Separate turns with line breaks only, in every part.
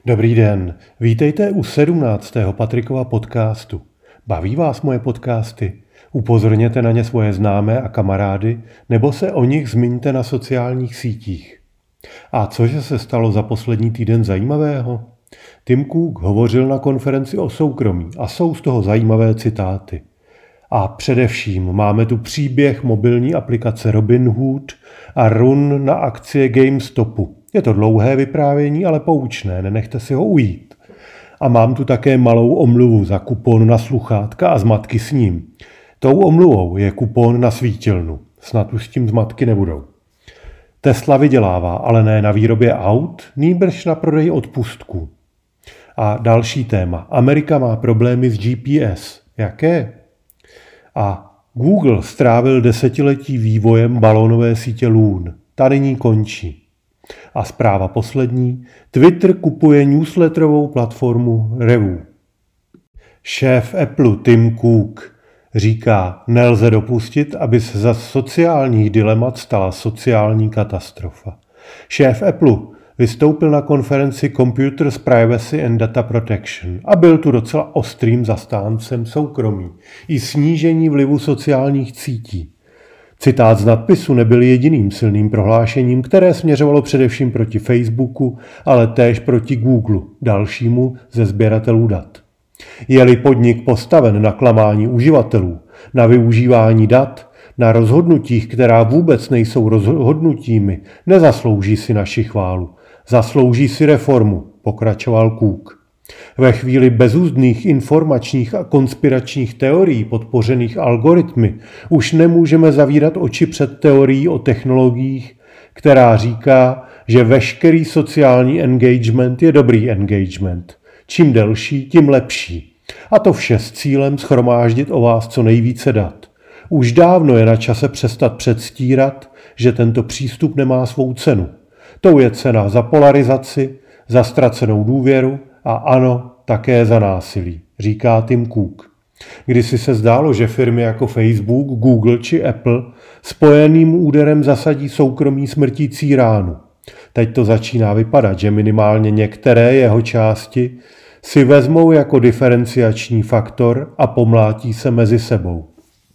Dobrý den, vítejte u 17. Patrikova podcastu. Baví vás moje podcasty? Upozorněte na ně svoje známé a kamarády, nebo se o nich zmiňte na sociálních sítích. A cože se stalo za poslední týden zajímavého? Tim Cook hovořil na konferenci o soukromí a jsou z toho zajímavé citáty. A především máme tu příběh mobilní aplikace Robinhood a run na akcie GameStopu. Je to dlouhé vyprávění, ale poučné, nenechte si ho ujít. A mám tu také malou omluvu za kupon na sluchátka a zmatky s ním. Tou omluvou je kupon na svítilnu. Snad už s tím zmatky nebudou. Tesla vydělává, ale ne na výrobě aut, nýbrž na prodeji odpustků. A další téma. Amerika má problémy s GPS. Jaké? A Google strávil desetiletí vývojem balónové sítě Loon. Ta nyní končí. A zpráva poslední. Twitter kupuje newsletterovou platformu Revue. Šéf Apple Tim Cook říká, nelze dopustit, aby se za sociálních dilemat stala sociální katastrofa. Šéf Apple vystoupil na konferenci Computers Privacy and Data Protection a byl tu docela ostrým zastáncem soukromí i snížení vlivu sociálních sítí. Citát z nadpisu nebyl jediným silným prohlášením, které směřovalo především proti Facebooku, ale též proti Google, dalšímu ze sběratelů dat. Je-li podnik postaven na klamání uživatelů, na využívání dat, na rozhodnutích, která vůbec nejsou rozhodnutími, nezaslouží si naši chválu. Zaslouží si reformu, pokračoval Cook. Ve chvíli bezúzdných informačních a konspiračních teorií podpořených algoritmy už nemůžeme zavírat oči před teorií o technologiích, která říká, že veškerý sociální engagement je dobrý engagement. Čím delší, tím lepší. A to vše s cílem shromáždit o vás co nejvíce dat. Už dávno je na čase přestat předstírat, že tento přístup nemá svou cenu. Tou je cena za polarizaci, za ztracenou důvěru a ano, také za násilí, říká Tim Cook. Kdysi se zdálo, že firmy jako Facebook, Google či Apple spojeným úderem zasadí soukromí smrtící ránu. Teď to začíná vypadat, že minimálně některé jeho části si vezmou jako diferenciační faktor a pomlátí se mezi sebou.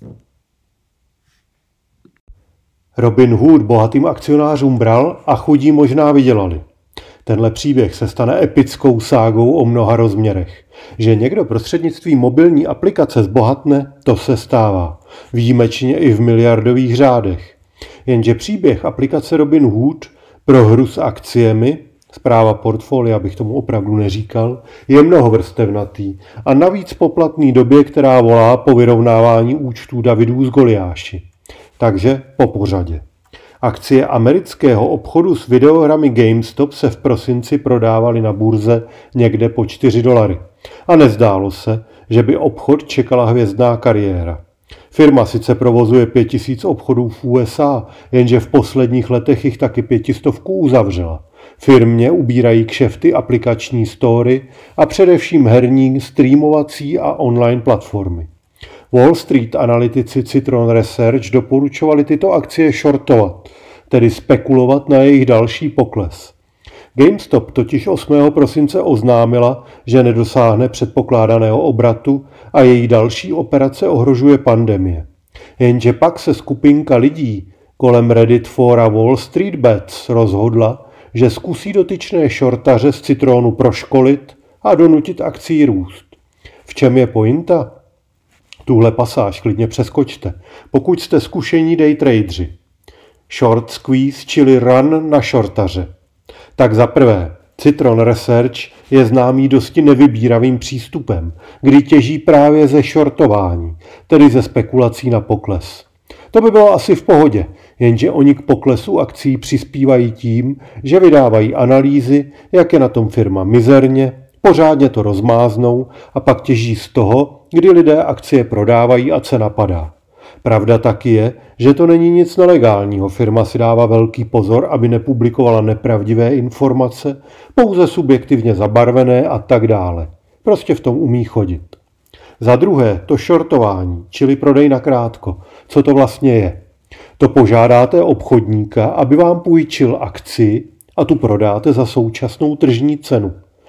Robinhood bohatým akcionářům bral a chudí možná vydělali. Tenhle příběh se stane epickou ságou o mnoha rozměrech. Že někdo prostřednictvím mobilní aplikace zbohatne, to se stává. Výjimečně i v miliardových řádech. Jenže příběh aplikace Robinhood pro hru s akciemi, správa portfolia bych tomu opravdu neříkal, je mnohovrstevnatý a navíc poplatný době, která volá po vyrovnávání účtů Davidů s Goliáši. Takže po pořadě. Akcie amerického obchodu s videohrami GameStop se v prosinci prodávaly na burze někde po $4. A nezdálo se, že by obchod čekala hvězdná kariéra. Firma sice provozuje 5000 obchodů v USA, jenže v posledních letech jich taky 500 uzavřela. Firmě ubírají kšefty aplikační story a především herní, streamovací a online platformy. Wall Street analytici Citron Research doporučovali tyto akcie shortovat, tedy spekulovat na jejich další pokles. GameStop totiž 8. prosince oznámila, že nedosáhne předpokládaného obratu a její další operace ohrožuje pandemie. Jenže pak se skupinka lidí kolem Reddit fora Wall Street Bets rozhodla, že zkusí dotyčné shortaře z Citronu proškolit a donutit akcí růst. V čem je pointa? Tuhle pasáž klidně přeskočte, pokud jste zkušení day tradeři. Short squeeze, čili run na shortaře. Tak za prvé, Citron Research je známý dosti nevybíravým přístupem, kdy těží právě ze shortování, tedy ze spekulací na pokles. To by bylo asi v pohodě, jenže oni k poklesu akcí přispívají tím, že vydávají analýzy, jak je na tom firma mizerně, pořádně to rozmáznou a pak těží z toho, kdy lidé akcie prodávají a cena padá. Pravda taky je, že to není nic nelegálního, firma si dává velký pozor, aby nepublikovala nepravdivé informace, pouze subjektivně zabarvené a tak dále. Prostě v tom umí chodit. Za druhé, to shortování, čili prodej na krátko. Co to vlastně je? To požádáte obchodníka, aby vám půjčil akci a tu prodáte za současnou tržní cenu.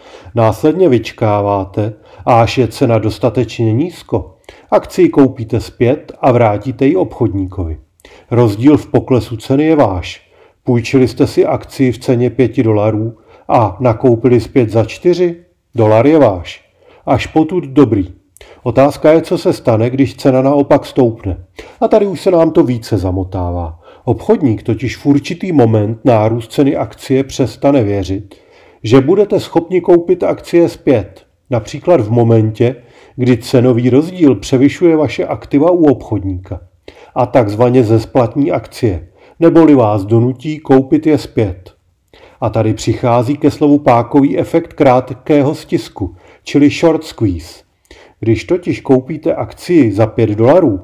Následně vyčkáváte a až je cena dostatečně nízko, akcii koupíte zpět a vrátíte ji obchodníkovi. Rozdíl v poklesu ceny je váš. Půjčili jste si akcii v ceně $5 a nakoupili zpět za $4, dolar je váš. Až potud dobrý. Otázka je, co se stane, když cena naopak stoupne. A tady už se nám to více zamotává. Obchodník totiž v určitý moment nárůst ceny akcie přestane věřit, že budete schopni koupit akcie zpět. Například v momentě, kdy cenový rozdíl převyšuje vaše aktiva u obchodníka. A takzvaně zesplatní akcie, neboli vás donutí koupit je zpět. A tady přichází ke slovu pákový efekt krátkého stisku, čili short squeeze. Když totiž koupíte akcii za $5,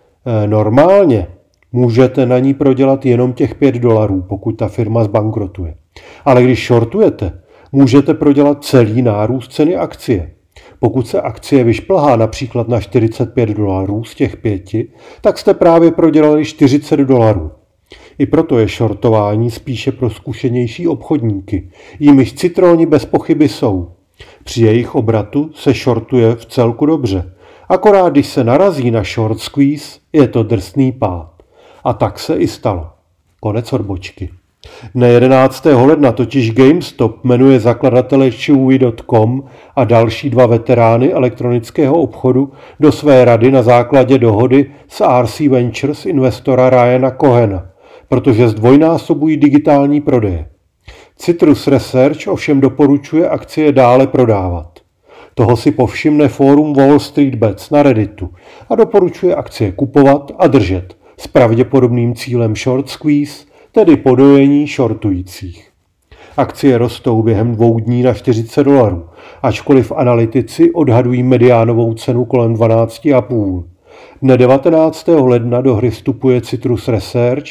normálně můžete na ní prodělat jenom těch $5, pokud ta firma zbankrotuje. Ale když shortujete, můžete prodělat celý nárůst ceny akcie. Pokud se akcie vyšplhá například na $45 z těch 5, tak jste právě prodělali $40. I proto je shortování spíše pro zkušenější obchodníky, jimiž citroni bez pochyby jsou. Při jejich obratu se shortuje v celku dobře. Akorát když se narazí na short squeeze, je to drsný pád. A tak se i stalo. Konec odbočky. Dne 11. ledna totiž GameStop jmenuje zakladatele Chewy.com a další 2 veterány elektronického obchodu do své rady na základě dohody s RC Ventures investora Ryana Cohena, protože zdvojnásobují digitální prodeje. Citrus Research ovšem doporučuje akcie dále prodávat. Toho si povšimne fórum Wall Street Bets na Redditu a doporučuje akcie kupovat a držet s pravděpodobným cílem short squeeze, tedy podojení shortujících. Akcie rostou během 2 dní na $40, ačkoliv analytici odhadují mediánovou cenu kolem 12,5. Dne 19. ledna do hry vstupuje Citrus Research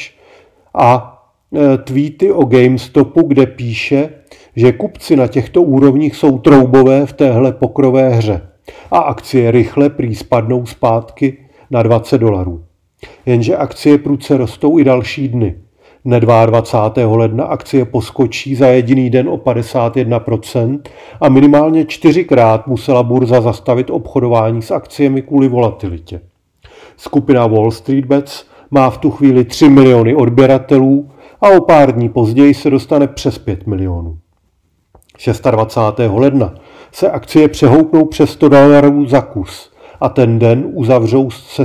a tweety o GameStopu, kde píše, že kupci na těchto úrovních jsou troubové v téhle pokrové hře a akcie rychle prý spadnou zpátky na $20. Jenže akcie prudce rostou i další dny. Dne 22. ledna akcie poskočí za jediný den o 51% a minimálně 4krát musela burza zastavit obchodování s akciemi kvůli volatilitě. Skupina Wall Street Bets má v tu chvíli 3 miliony odběratelů a o pár dní později se dostane přes 5 milionů. 26. ledna se akcie přehoupnou přes $100 za kus a ten den uzavřou se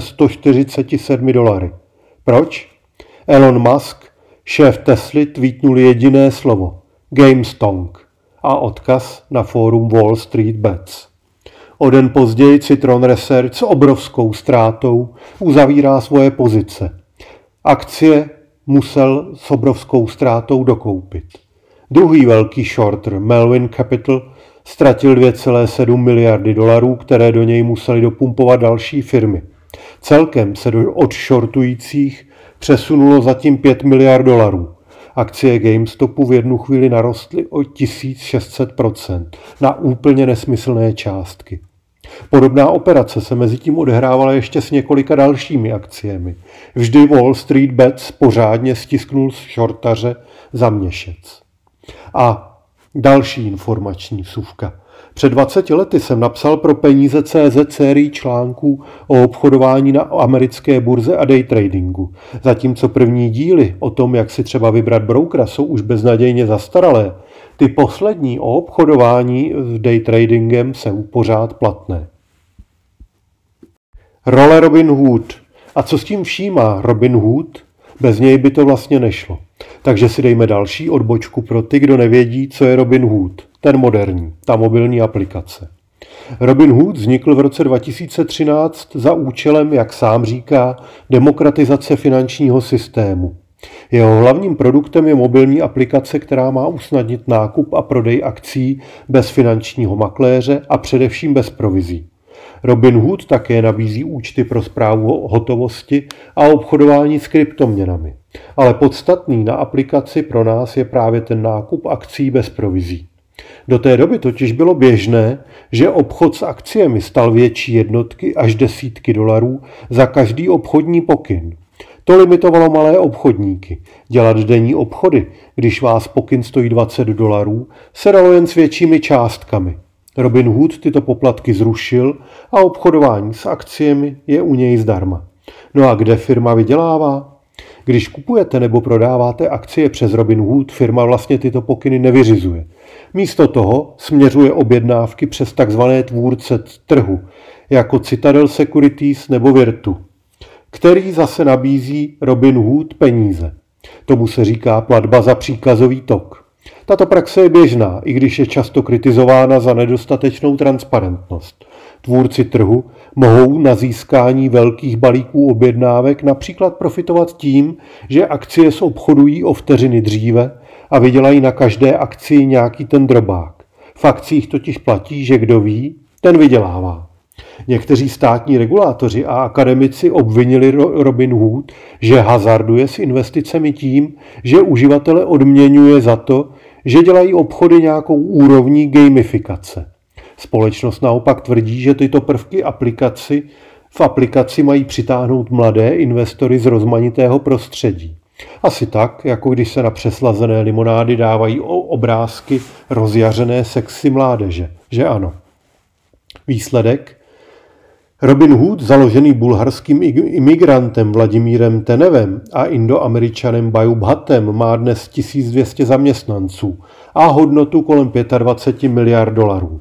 $147. Proč? Elon Musk, šéf Tesly, tweetnul jediné slovo – GameStonk a odkaz na fórum Wall Street Bets. O den později Citron Research s obrovskou ztrátou uzavírá svoje pozice. Akcie musel s obrovskou ztrátou dokoupit. Druhý velký shorter, Melvin Capital, ztratil $2,7 miliardy, které do něj museli dopumpovat další firmy. Celkem se od shortujících přesunulo zatím $5 miliard. Akcie GameStopu v jednu chvíli narostly o 1600% na úplně nesmyslné částky. Podobná operace se mezitím odehrávala ještě s několika dalšími akciemi. Vždy Wall Street Bets pořádně stisknul shortaře za měsíc. A další informační vsuvka. Před 20 lety jsem napsal pro Peníze.cz sérii článků o obchodování na americké burze a day tradingu. Zatímco první díly o tom, jak si třeba vybrat broukera, jsou už beznadějně zastaralé, ty poslední o obchodování s day tradingem jsou pořád platné. Role Robin Hood. A co s tím vším má Robin Hood? Bez něj by to vlastně nešlo. Takže si dejme další odbočku pro ty, kdo nevědí, co je Robin Hood. Ten moderní, ta mobilní aplikace. Robin Hood vznikl v roce 2013 za účelem, jak sám říká, demokratizace finančního systému. Jeho hlavním produktem je mobilní aplikace, která má usnadnit nákup a prodej akcií bez finančního makléře a především bez provizí. Robinhood také nabízí účty pro správu hotovosti a obchodování s kryptoměnami. Ale podstatný na aplikaci pro nás je právě ten nákup akcií bez provizí. Do té doby totiž bylo běžné, že obchod s akciemi stal větší jednotky až desítky dolarů za každý obchodní pokyn. To limitovalo malé obchodníky. Dělat denní obchody, když vás pokyn stojí $20, se dalo jen s většími částkami. Robinhood tyto poplatky zrušil a obchodování s akciemi je u něj zdarma. No a kde firma vydělává? Když kupujete nebo prodáváte akcie přes Robinhood, firma vlastně tyto pokyny nevyřizuje. Místo toho směřuje objednávky přes tzv. Tvůrce trhu, jako Citadel Securities nebo Virtu, který zase nabízí Robinhood peníze. Tomu se říká platba za příkazový tok. Tato praxe je běžná, i když je často kritizována za nedostatečnou transparentnost. Tvůrci trhu mohou na získání velkých balíků objednávek například profitovat tím, že akcie zobchodují o vteřiny dříve a vydělají na každé akcii nějaký ten drobák. V akcích totiž platí, že kdo ví, ten vydělává. Někteří státní regulátoři a akademici obvinili Robinhood, že hazarduje s investicemi tím, že uživatele odměňuje za to, že dělají obchody nějakou úrovní gamifikace. Společnost naopak tvrdí, že tyto prvky v aplikaci mají přitáhnout mladé investory z rozmanitého prostředí. Asi tak, jako když se na přeslazené limonády dávají obrázky rozjařené sexy mládeže, že ano. Výsledek? Robinhood, založený bulharským imigrantem Vladimírem Tenevem a Indoameričanem Bajub Bhattem, má dnes 1200 zaměstnanců a hodnotu kolem $25 miliard.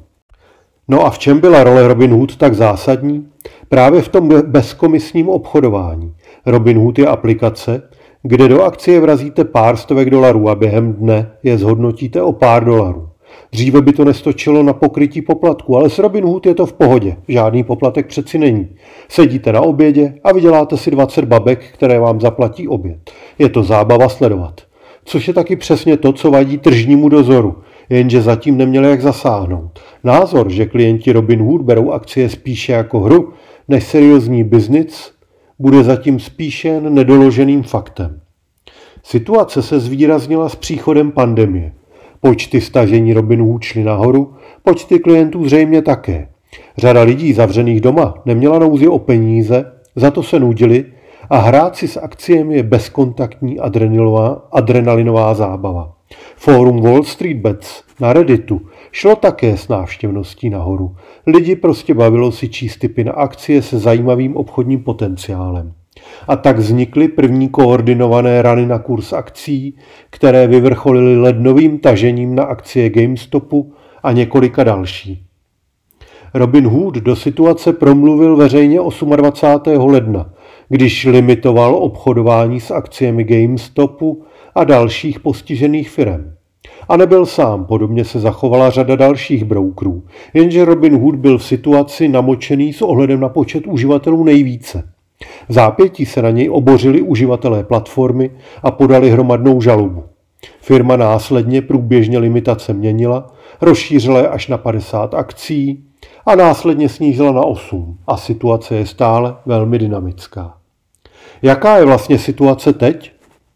No a v čem byla role Robinhood tak zásadní? Právě v tom bezkomisním obchodování. Robinhood je aplikace, kde do akcie vrazíte pár stovek dolarů a během dne je zhodnotíte o pár dolarů. Dříve by to nestočilo na pokrytí poplatku, ale s Robinhood je to v pohodě. Žádný poplatek přeci není. Sedíte na obědě a vyděláte si 20 babek, které vám zaplatí oběd. Je to zábava sledovat. Což je taky přesně to, co vadí tržnímu dozoru, jenže zatím neměli jak zasáhnout. Názor, že klienti Robinhood berou akcie spíše jako hru než seriózní biznis, bude zatím spíše jen nedoloženým faktem. Situace se zvýraznila s příchodem pandemie. Počty stažení Robinhood šly nahoru, počty klientů zřejmě také. Řada lidí zavřených doma neměla nouzi o peníze, za to se nudili a hrát si s akciemi je bezkontaktní adrenalinová zábava. Fórum Wall Street Bets na Redditu šlo také s návštěvností nahoru. Lidi prostě bavilo si číst tipy na akcie se zajímavým obchodním potenciálem. A tak vznikly první koordinované rany na kurz akcí, které vyvrcholily lednovým tažením na akcie GameStopu a několika další. Robinhood do situace promluvil veřejně 28. ledna, když limitoval obchodování s akciemi GameStopu a dalších postižených firem. A nebyl sám, podobně se zachovala řada dalších brokerů, jenže Robinhood byl v situaci namočený s ohledem na počet uživatelů nejvíce. V zápětí se na něj obořili uživatelé platformy a podali hromadnou žalobu. Firma následně průběžně limitace měnila, rozšířila je až na 50 akcí a následně snížila na 8 a situace je stále velmi dynamická. Jaká je vlastně situace teď?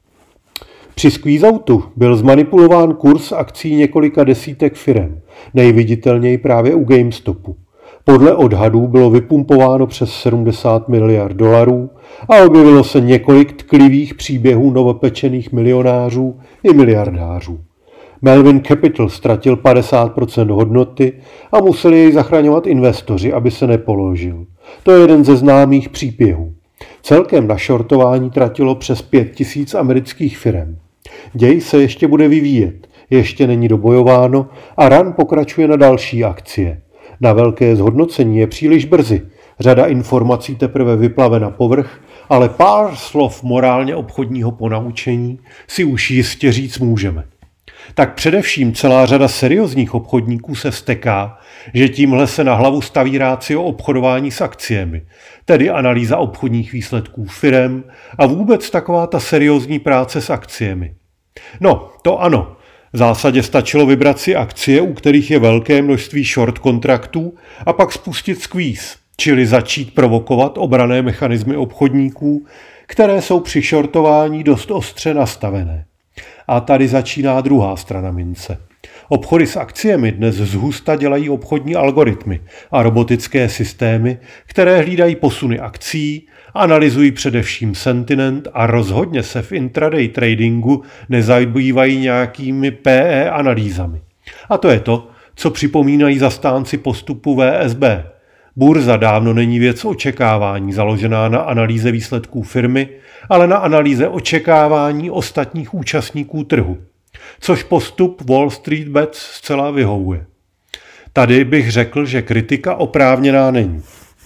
Při squeeze-outu byl zmanipulován kurz akcí několika desítek firem, nejviditelněji právě u GameStopu. Podle odhadů bylo vypumpováno přes $70 miliard a objevilo se několik tklivých příběhů novopečených milionářů i miliardářů. Melvin Capital ztratil 50% hodnoty a museli jej zachraňovat investoři, aby se nepoložil. To je jeden ze známých příběhů. Celkem na shortování tratilo přes 5000 amerických firem. Děj se ještě bude vyvíjet, ještě není dobojováno a run pokračuje na další akcie. Na velké zhodnocení je příliš brzy. Řada informací teprve vyplave na povrch, ale pár slov morálně obchodního ponaučení si už jistě říct můžeme. Tak především celá řada seriózních obchodníků se vzteká, že tímhle se na hlavu staví rácio obchodování s akciemi, tedy analýza obchodních výsledků firem a vůbec taková ta seriózní práce s akciemi. No, to ano. V zásadě stačilo vybrat si akcie, u kterých je velké množství short kontraktů a pak spustit squeeze, čili začít provokovat obranné mechanismy obchodníků, které jsou při shortování dost ostře nastavené. A tady začíná druhá strana mince. Obchody s akciemi dnes zhusta dělají obchodní algoritmy a robotické systémy, které hlídají posuny akcií, analyzují především sentiment a rozhodně se v intraday tradingu nezabývají nějakými PE analýzami. A to je to, co připomínají zastánci postupu VSB. Burza dávno není věc očekávání založená na analýze výsledků firmy, ale na analýze očekávání ostatních účastníků trhu. Což postup Wall Street Bets zcela vyhovuje. Tady bych řekl, že kritika oprávněná není.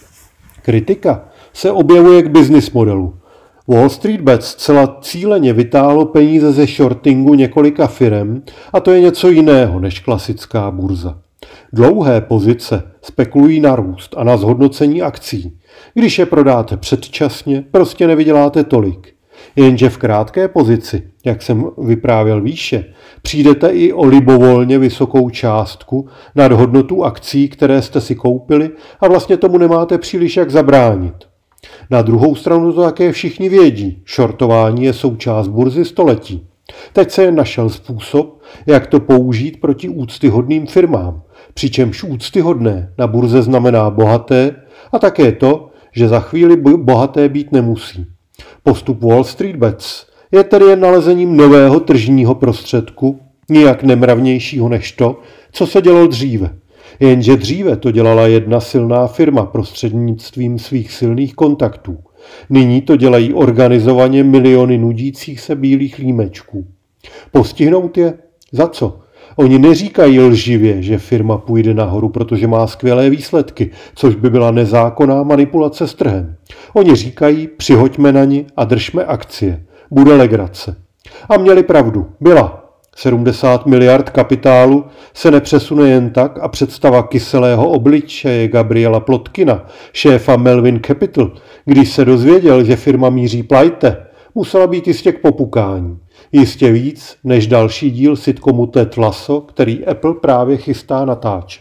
Kritika se objevuje k business modelu. Wall Street Bets zcela cíleně vytáhlo peníze ze shortingu několika firem a to je něco jiného než klasická burza. Dlouhé pozice spekulují na růst a na zhodnocení akcí. Když je prodáte předčasně, prostě nevyděláte tolik. Jenže v krátké pozici, jak jsem vyprávěl výše, přijdete i o libovolně vysokou částku nad hodnotu akcí, které jste si koupili a vlastně tomu nemáte příliš jak zabránit. Na druhou stranu to také všichni vědí. Shortování je součást burzy století. Teď se jen našel způsob, jak to použít proti úctyhodným firmám. Přičemž úctyhodné na burze znamená bohaté a také to, že za chvíli bohaté být nemusí. Postup Wall Street Bets je tedy jen nalezením nového tržního prostředku, nijak nemravnějšího než to, co se dělo dříve. Jenže dříve to dělala jedna silná firma prostřednictvím svých silných kontaktů. Nyní to dělají organizovaně miliony nudících se bílých límečků. Postihnout je? Za co? Oni neříkají lživě, že firma půjde nahoru, protože má skvělé výsledky, což by byla nezákonná manipulace s trhem. Oni říkají, přihoďme na ni a držme akcie. Bude legrace. A měli pravdu. Byla. 70 miliard kapitálu se nepřesune jen tak a představa kyselého obličeje Gabriela Plotkina, šéfa Melvin Capital, když se dozvěděl, že firma míří plajte, musela být jistě k popukání. Jistě víc než další díl sitcomu Ted Lasso, který Apple právě chystá natáčet.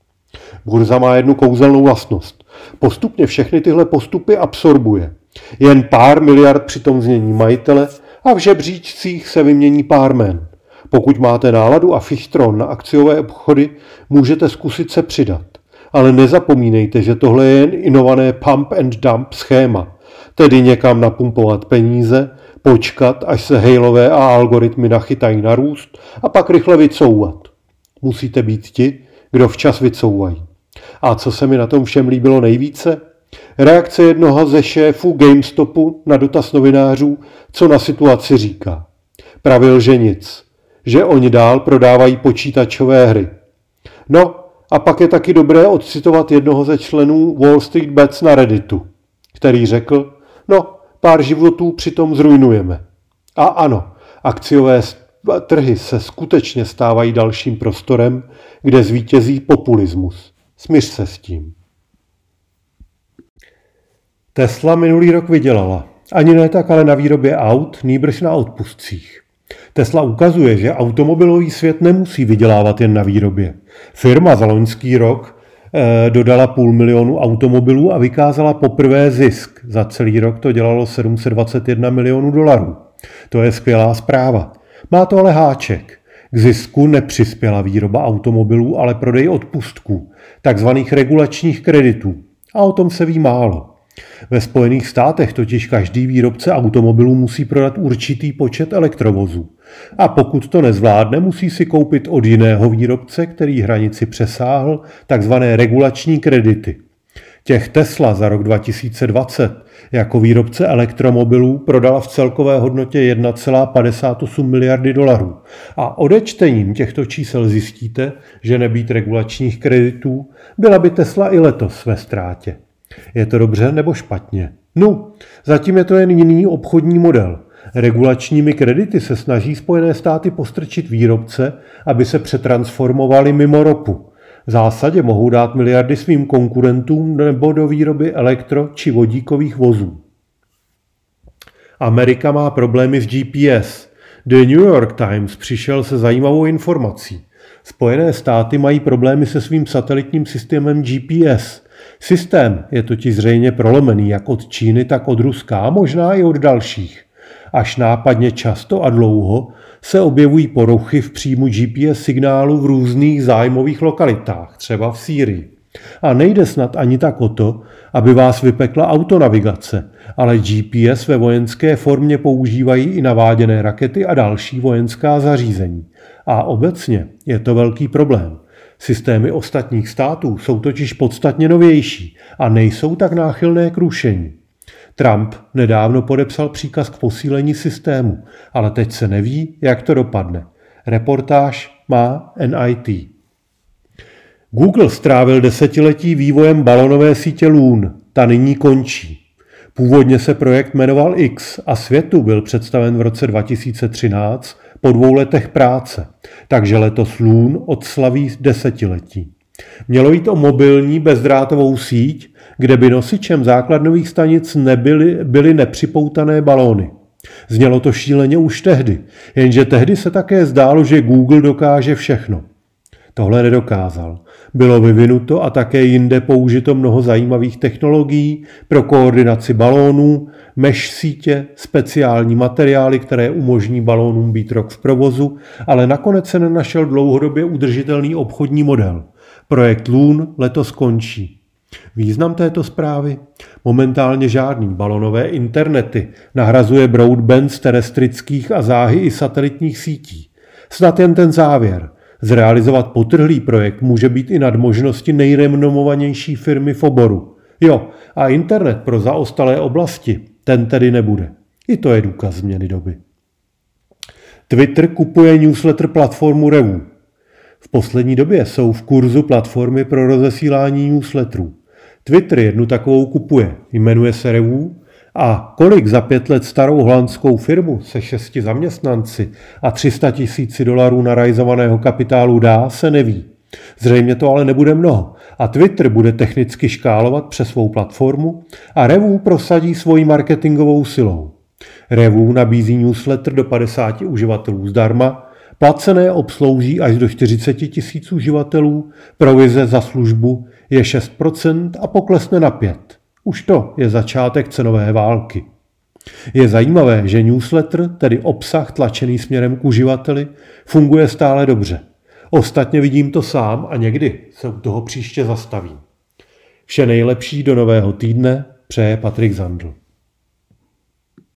Burza má jednu kouzelnou vlastnost. Postupně všechny tyhle postupy absorbuje. Jen pár miliard přitom změní majitele a v žebříčcích se vymění pár jmen. Pokud máte náladu a fichtron na akciové obchody, můžete zkusit se přidat. Ale nezapomínejte, že tohle je jen inované pump and dump schéma, tedy někam napumpovat peníze, počkat, až se hejlové a algoritmy nachytají na růst a pak rychle vycouvat. Musíte být ti, kdo včas vycouvají. A co se mi na tom všem líbilo nejvíce? Reakce jednoho ze šéfů GameStopu na dotaz novinářů, co na situaci říká. Pravil, že nic. Že oni dál prodávají počítačové hry. No a pak je taky dobré odcitovat jednoho ze členů Wall Street Bets na Redditu, který řekl, no, pár životů přitom zrujnujeme. A ano, akciové trhy se skutečně stávají dalším prostorem, kde zvítězí populismus. Smíř se s tím. Tesla minulý rok vydělala. Ani ne tak ale na výrobě aut, nýbrž na odpustcích. Tesla ukazuje, že automobilový svět nemusí vydělávat jen na výrobě. Firma za loňský rok dodala 500 000 automobilů a vykázala poprvé zisk. Za celý rok to dělalo $721 milionů. To je skvělá zpráva. Má to ale háček. K zisku nepřispěla výroba automobilů, ale prodej odpustků, takzvaných regulačních kreditů. A o tom se ví málo. Ve Spojených státech totiž každý výrobce automobilů musí prodat určitý počet elektrovozů. A pokud to nezvládne, musí si koupit od jiného výrobce, který hranici přesáhl, takzvané regulační kredity. Těch Tesla za rok 2020 jako výrobce elektromobilů prodala v celkové hodnotě $1,58 miliardy. A odečtením těchto čísel zjistíte, že nebýt regulačních kreditů, byla by Tesla i letos ve ztrátě. Je to dobře nebo špatně? No, zatím je to jen jiný obchodní model. Regulačními kredity se snaží Spojené státy postrčit výrobce, aby se přetransformovali mimo ropu. V zásadě mohou dát miliardy svým konkurentům nebo do výroby elektro- či vodíkových vozů. Amerika má problémy s GPS. The New York Times přišel se zajímavou informací. Spojené státy mají problémy se svým satelitním systémem GPS. Systém je totiž zřejmě prolomený jak od Číny, tak od Ruska a možná i od dalších. Až nápadně často a dlouho se objevují poruchy v příjmu GPS signálu v různých zájmových lokalitách, třeba v Sýrii. A nejde snad ani tak o to, aby vás vypekla autonavigace, ale GPS ve vojenské formě používají i naváděné rakety a další vojenská zařízení. A obecně je to velký problém. Systémy ostatních států jsou totiž podstatně novější a nejsou tak náchylné k rušení. Trump nedávno podepsal příkaz k posílení systému, ale teď se neví, jak to dopadne. Reportáž má NIT. Google strávil desetiletí vývojem balonové sítě Loon. Ta nyní končí. Původně se projekt jmenoval X a světu byl představen v roce 2013 po 2 letech práce, takže letos Loon odslaví desetiletí. Mělo jít o mobilní bezdrátovou síť, kde by nosičem základnových stanic byly nepřipoutané balóny. Znělo to šíleně už tehdy, jenže tehdy se také zdálo, že Google dokáže všechno. Tohle nedokázal. Bylo vyvinuto a také jinde použito mnoho zajímavých technologií pro koordinaci balónů, mesh sítě, speciální materiály, které umožní balónům být rok v provozu, ale nakonec se nenašel dlouhodobě udržitelný obchodní model. Projekt Loon letos končí. Význam této zprávy? Momentálně žádný. Balonové internety nahrazuje broadband z terestrických a záhy i satelitních sítí. Snad jen ten závěr. Zrealizovat potrhlý projekt může být i nad možnosti nejrenomovanější firmy v oboru. Jo, a internet pro zaostalé oblasti, ten tedy nebude. I to je důkaz změny doby. Twitter kupuje newsletter platformu Revu. V poslední době jsou v kurzu platformy pro rozesílání newsletterů. Twitter jednu takovou kupuje, jmenuje se Revu, a kolik za 5 let starou holandskou firmu se 6 zaměstnanci a $300 000 narajzovaného kapitálu dá, se neví. Zřejmě to ale nebude mnoho a Twitter bude technicky škálovat přes svou platformu a Revu prosadí svojí marketingovou silou. Revu nabízí newsletter do 50 uživatelů zdarma, placené obslouží až do 40 000 uživatelů, provize za službu je 6% a poklesne na 5%. Už to je začátek cenové války. Je zajímavé, že newsletter, tedy obsah tlačený směrem k uživateli, funguje stále dobře. Ostatně vidím to sám a někdy se u toho příště zastavím. Vše nejlepší do nového týdne přeje Patrik Zandl.